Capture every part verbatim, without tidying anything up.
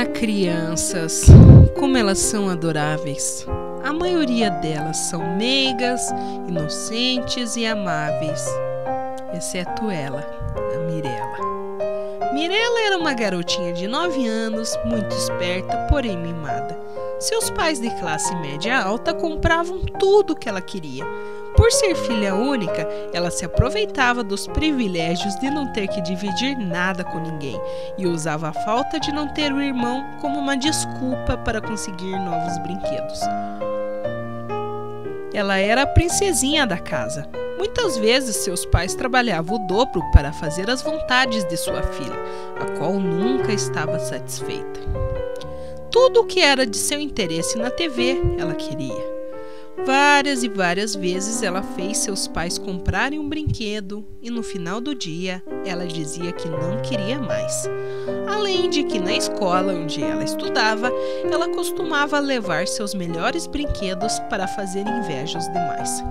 Ah, crianças, como elas são adoráveis. A maioria delas são meigas, inocentes e amáveis, exceto ela, a Mirella. Mirella era uma garotinha de nove anos, muito esperta, porém mimada. Seus pais de classe média alta compravam tudo o que ela queria. Por ser filha única, ela se aproveitava dos privilégios de não ter que dividir nada com ninguém e usava a falta de não ter o irmão como uma desculpa para conseguir novos brinquedos. Ela era a princesinha da casa. Muitas vezes seus pais trabalhavam o dobro para fazer as vontades de sua filha, a qual nunca estava satisfeita. Tudo o que era de seu interesse na T V, ela queria. Várias e várias vezes ela fez seus pais comprarem um brinquedo e no final do dia ela dizia que não queria mais. Além de que na escola onde ela estudava, ela costumava levar seus melhores brinquedos para fazer inveja aos demais.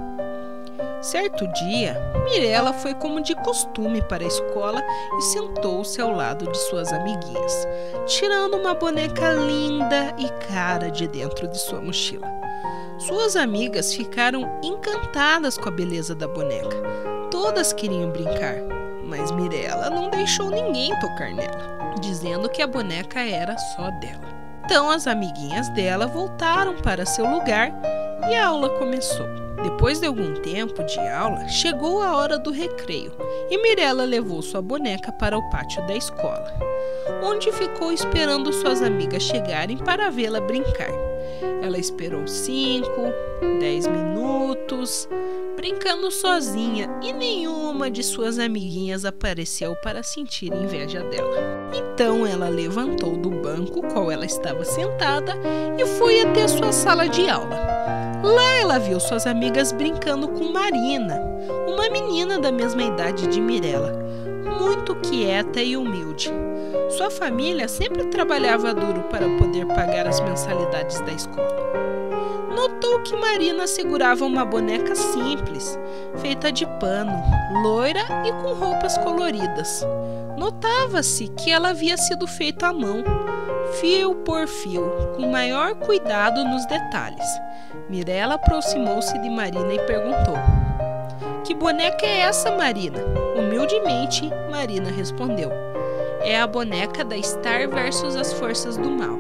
Certo dia, Mirella foi como de costume para a escola e sentou-se ao lado de suas amiguinhas, tirando uma boneca linda e cara de dentro de sua mochila. Suas amigas ficaram encantadas com a beleza da boneca. Todas queriam brincar, mas Mirella não deixou ninguém tocar nela, dizendo que a boneca era só dela. Então as amiguinhas dela voltaram para seu lugar e a aula começou. Depois de algum tempo de aula, chegou a hora do recreio e Mirella levou sua boneca para o pátio da escola, onde ficou esperando suas amigas chegarem para vê-la brincar. Ela esperou cinco, dez minutos, brincando sozinha, e nenhuma de suas amiguinhas apareceu para sentir inveja dela. Então ela levantou do banco qual ela estava sentada e foi até sua sala de aula. Lá ela viu suas amigas brincando com Marina, uma menina da mesma idade de Mirella, muito quieta e humilde. Sua família sempre trabalhava duro para poder pagar as mensalidades da escola. Notou que Marina segurava uma boneca simples, feita de pano, loira e com roupas coloridas. Notava-se que ela havia sido feita à mão, fio por fio, com maior cuidado nos detalhes. Mirella aproximou-se de Marina e perguntou: "Que boneca é essa, Marina?" Humildemente, Marina respondeu: "É a boneca da Star versus as Forças do Mal."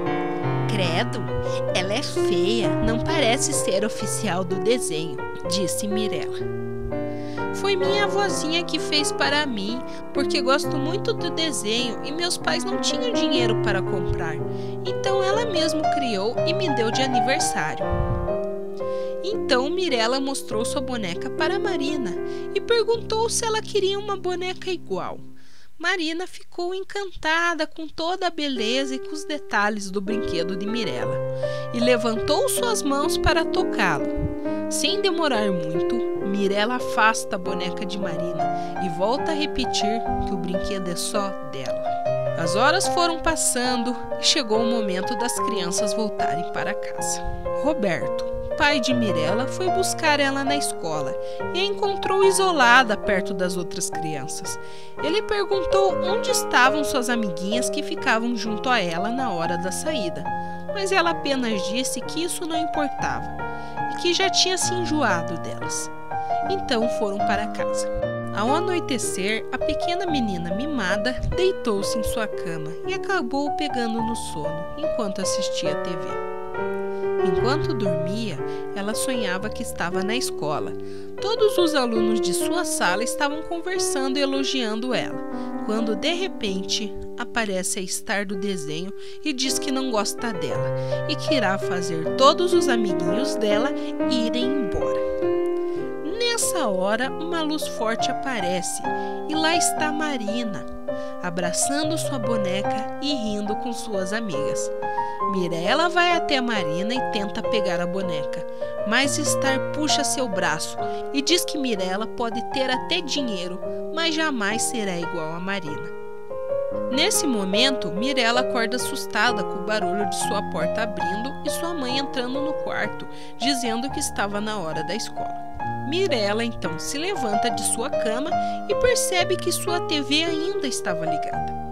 "Credo, ela é feia, não parece ser oficial do desenho", disse Mirella. "Foi minha avózinha que fez para mim, porque gosto muito do desenho e meus pais não tinham dinheiro para comprar. Então ela mesma criou e me deu de aniversário." Então Mirella mostrou sua boneca para Marina e perguntou se ela queria uma boneca igual. Marina ficou encantada com toda a beleza e com os detalhes do brinquedo de Mirella e levantou suas mãos para tocá-lo. Sem demorar muito, Mirella afasta a boneca de Marina e volta a repetir que o brinquedo é só dela. As horas foram passando e chegou o momento das crianças voltarem para casa. Roberto, pai de Mirella, foi buscar ela na escola e a encontrou isolada perto das outras crianças. Ele perguntou onde estavam suas amiguinhas que ficavam junto a ela na hora da saída, mas ela apenas disse que isso não importava e que já tinha se enjoado delas. Então foram para casa. Ao anoitecer, a pequena menina mimada deitou-se em sua cama e acabou pegando no sono enquanto assistia a T V. Enquanto dormia, ela sonhava que estava na escola. Todos os alunos de sua sala estavam conversando e elogiando ela, quando de repente aparece a Star do desenho e diz que não gosta dela e que irá fazer todos os amiguinhos dela irem embora. Nessa hora, uma luz forte aparece e lá está Marina, abraçando sua boneca e rindo com suas amigas. Mirella vai até Marina e tenta pegar a boneca, mas Star puxa seu braço e diz que Mirella pode ter até dinheiro, mas jamais será igual a Marina. Nesse momento, Mirella acorda assustada com o barulho de sua porta abrindo e sua mãe entrando no quarto, dizendo que estava na hora da escola. Mirella então se levanta de sua cama e percebe que sua T V ainda estava ligada.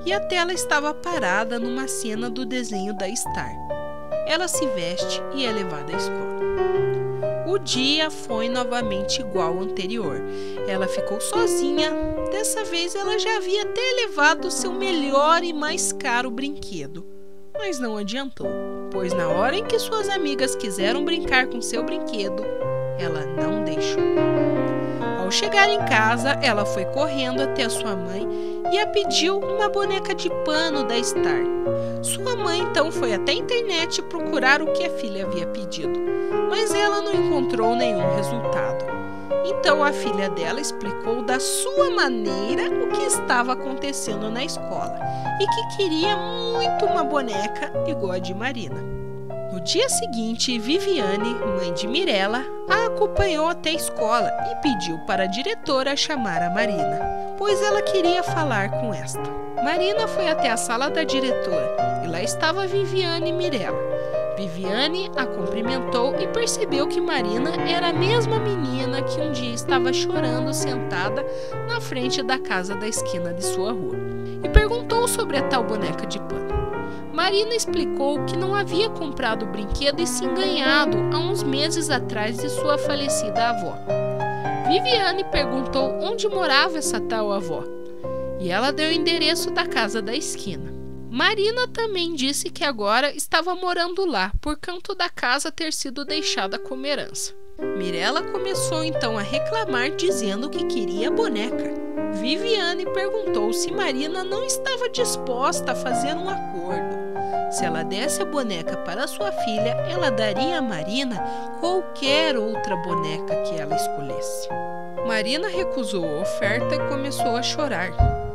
e a tela estava parada numa cena do desenho da Star. Ela se veste e é levada à escola. O dia foi novamente igual ao anterior. Ela ficou sozinha. Dessa vez ela já havia até levado seu melhor e mais caro brinquedo. Mas não adiantou, pois na hora em que suas amigas quiseram brincar com seu brinquedo, ela não deixou. Ao chegar em casa, ela foi correndo até a sua mãe e a pediu uma boneca de pano da Star. Sua mãe então foi até a internet procurar o que a filha havia pedido, mas ela não encontrou nenhum resultado. Então a filha dela explicou da sua maneira o que estava acontecendo na escola e que queria muito uma boneca igual a de Marina. No dia seguinte, Viviane, mãe de Mirella, a acompanhou até a escola e pediu para a diretora chamar a Marina, pois ela queria falar com esta. Marina foi até a sala da diretora e lá estava Viviane e Mirella. Viviane a cumprimentou e percebeu que Marina era a mesma menina que um dia estava chorando sentada na frente da casa da esquina de sua rua, e perguntou sobre a tal boneca de pano. Marina explicou que não havia comprado o brinquedo e sim ganhado há uns meses atrás de sua falecida avó. Viviane perguntou onde morava essa tal avó, e ela deu o endereço da casa da esquina. Marina também disse que agora estava morando lá, por conta da casa ter sido deixada como herança. Mirella começou então a reclamar, dizendo que queria a boneca. Viviane perguntou se Marina não estava disposta a fazer um acordo. Se ela desse a boneca para sua filha, ela daria a Marina qualquer outra boneca que ela escolhesse. Marina recusou a oferta e começou a chorar.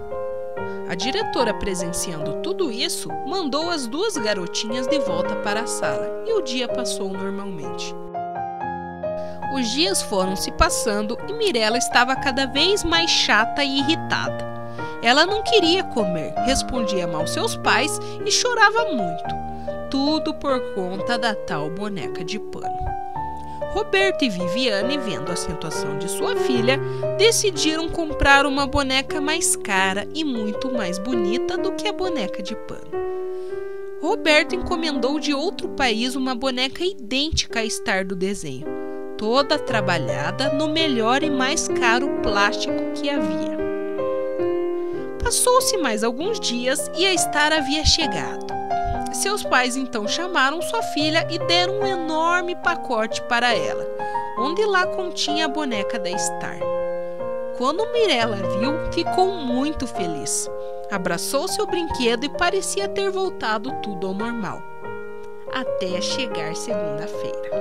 A diretora, presenciando tudo isso, mandou as duas garotinhas de volta para a sala e o dia passou normalmente. Os dias foram se passando e Mirella estava cada vez mais chata e irritada. Ela não queria comer, respondia mal seus pais e chorava muito. Tudo por conta da tal boneca de pano. Roberto e Viviane, vendo a situação de sua filha, decidiram comprar uma boneca mais cara e muito mais bonita do que a boneca de pano. Roberto encomendou de outro país uma boneca idêntica à Star do desenho, toda trabalhada no melhor e mais caro plástico que havia. Passou-se mais alguns dias e a Star havia chegado. Seus pais então chamaram sua filha e deram um enorme pacote para ela, onde lá continha a boneca da Star. Quando Mirella viu, ficou muito feliz. Abraçou seu brinquedo e parecia ter voltado tudo ao normal. Até chegar segunda-feira.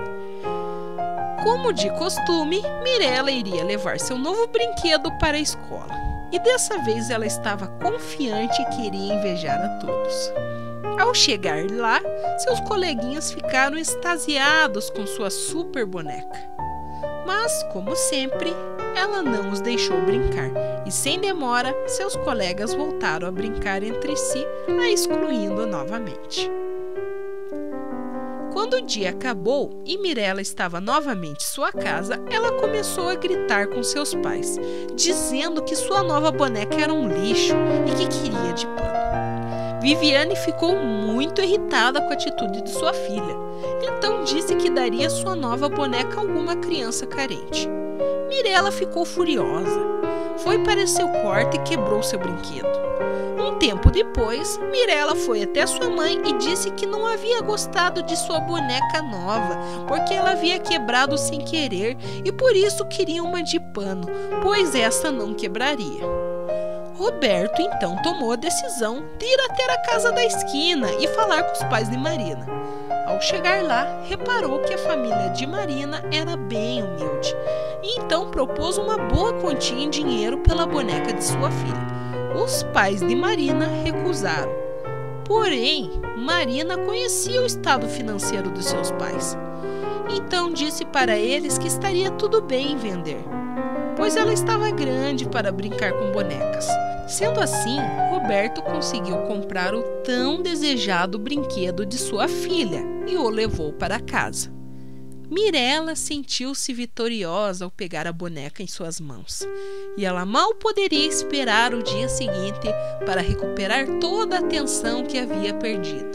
Como de costume, Mirella iria levar seu novo brinquedo para a escola. E dessa vez ela estava confiante e queria invejar a todos. Ao chegar lá, seus coleguinhas ficaram extasiados com sua super boneca. Mas, como sempre, ela não os deixou brincar e, sem demora, seus colegas voltaram a brincar entre si, a excluindo novamente. Quando o dia acabou e Mirella estava novamente em sua casa, ela começou a gritar com seus pais, dizendo que sua nova boneca era um lixo e que queria de pano. Viviane ficou muito irritada com a atitude de sua filha, então disse que daria sua nova boneca a alguma criança carente. Mirella ficou furiosa. Foi para seu quarto e quebrou seu brinquedo. Um tempo depois, Mirella foi até sua mãe e disse que não havia gostado de sua boneca nova, porque ela havia quebrado sem querer e por isso queria uma de pano, pois essa não quebraria. Roberto então tomou a decisão de ir até a casa da esquina e falar com os pais de Marina. Ao chegar lá, reparou que a família de Marina era bem humilde e então propôs uma boa quantia em dinheiro pela boneca de sua filha. Os pais de Marina recusaram. Porém, Marina conhecia o estado financeiro dos seus pais. Então disse para eles que estaria tudo bem em vender, pois ela estava grande para brincar com bonecas. Sendo assim, Roberto conseguiu comprar o tão desejado brinquedo de sua filha e o levou para casa. Mirella sentiu-se vitoriosa ao pegar a boneca em suas mãos, e ela mal poderia esperar o dia seguinte para recuperar toda a atenção que havia perdido.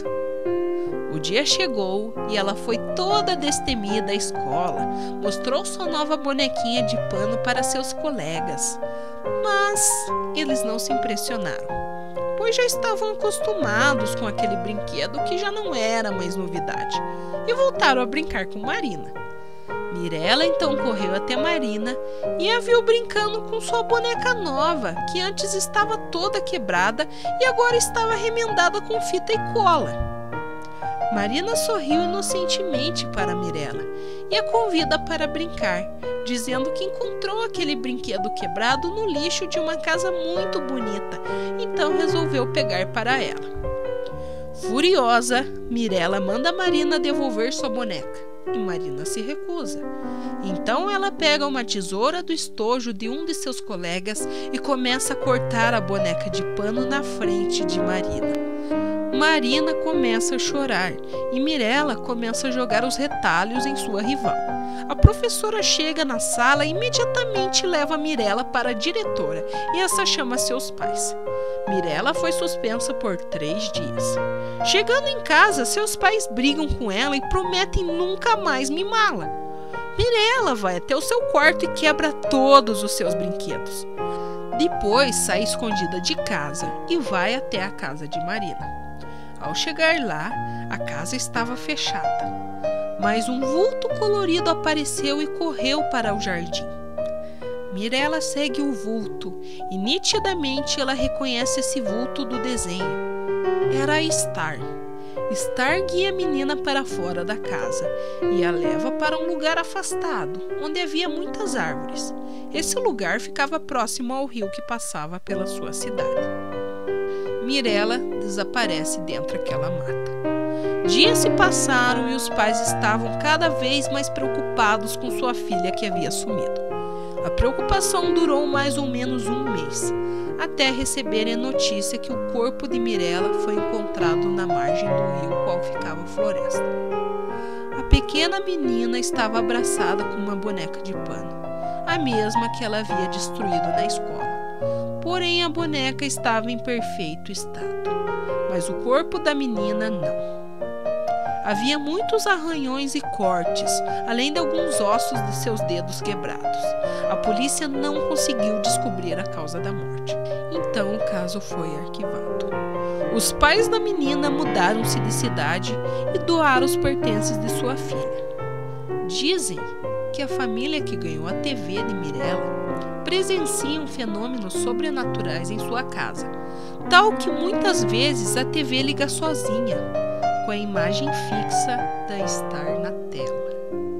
O dia chegou e ela foi toda destemida à escola, mostrou sua nova bonequinha de pano para seus colegas, mas eles não se impressionaram, pois já estavam acostumados com aquele brinquedo que já não era mais novidade, e voltaram a brincar com Marina. Mirella então correu até Marina e a viu brincando com sua boneca nova, que antes estava toda quebrada e agora estava remendada com fita e cola. Marina sorriu inocentemente para Mirella e a convida para brincar, dizendo que encontrou aquele brinquedo quebrado no lixo de uma casa muito bonita, então resolveu pegar para ela. Furiosa, Mirella manda Marina devolver sua boneca e Marina se recusa. Então ela pega uma tesoura do estojo de um de seus colegas e começa a cortar a boneca de pano na frente de Marina. Marina começa a chorar e Mirella começa a jogar os retalhos em sua rival. A professora chega na sala e imediatamente leva Mirella para a diretora e essa chama seus pais. Mirella foi suspensa por três dias. Chegando em casa, seus pais brigam com ela e prometem nunca mais mimá-la. Mirella vai até o seu quarto e quebra todos os seus brinquedos. Depois sai escondida de casa e vai até a casa de Marina. Ao chegar lá, a casa estava fechada, mas um vulto colorido apareceu e correu para o jardim. Mirella segue o vulto e nitidamente ela reconhece esse vulto do desenho. Era a Star. Star guia a menina para fora da casa e a leva para um lugar afastado, onde havia muitas árvores. Esse lugar ficava próximo ao rio que passava pela sua cidade. Mirella desaparece dentro daquela mata. Dias se passaram e os pais estavam cada vez mais preocupados com sua filha que havia sumido. A preocupação durou mais ou menos um mês, até receberem a notícia que o corpo de Mirella foi encontrado na margem do rio qual ficava a floresta. A pequena menina estava abraçada com uma boneca de pano, a mesma que ela havia destruído na escola. Porém, a boneca estava em perfeito estado, mas o corpo da menina não. Havia muitos arranhões e cortes, além de alguns ossos de seus dedos quebrados. A polícia não conseguiu descobrir a causa da morte, então o caso foi arquivado. Os pais da menina mudaram-se de cidade e doaram os pertences de sua filha. Dizem que a família que ganhou a T V de Mirella presenciam fenômenos sobrenaturais em sua casa, tal que muitas vezes a T V liga sozinha, com a imagem fixa da Star na tela.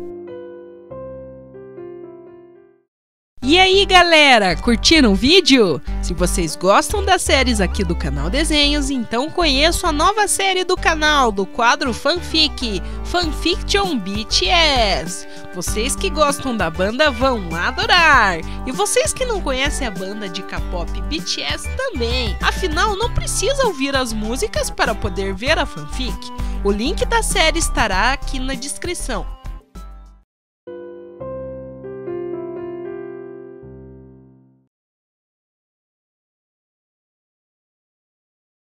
E aí galera, curtiram o vídeo? Se vocês gostam das séries aqui do canal Desenhos, então conheçam a nova série do canal, do quadro Fanfic, Fanfiction B T S. Vocês que gostam da banda vão adorar! E vocês que não conhecem a banda de K-pop B T S também. Afinal, não precisa ouvir as músicas para poder ver a fanfic. O link da série estará aqui na descrição.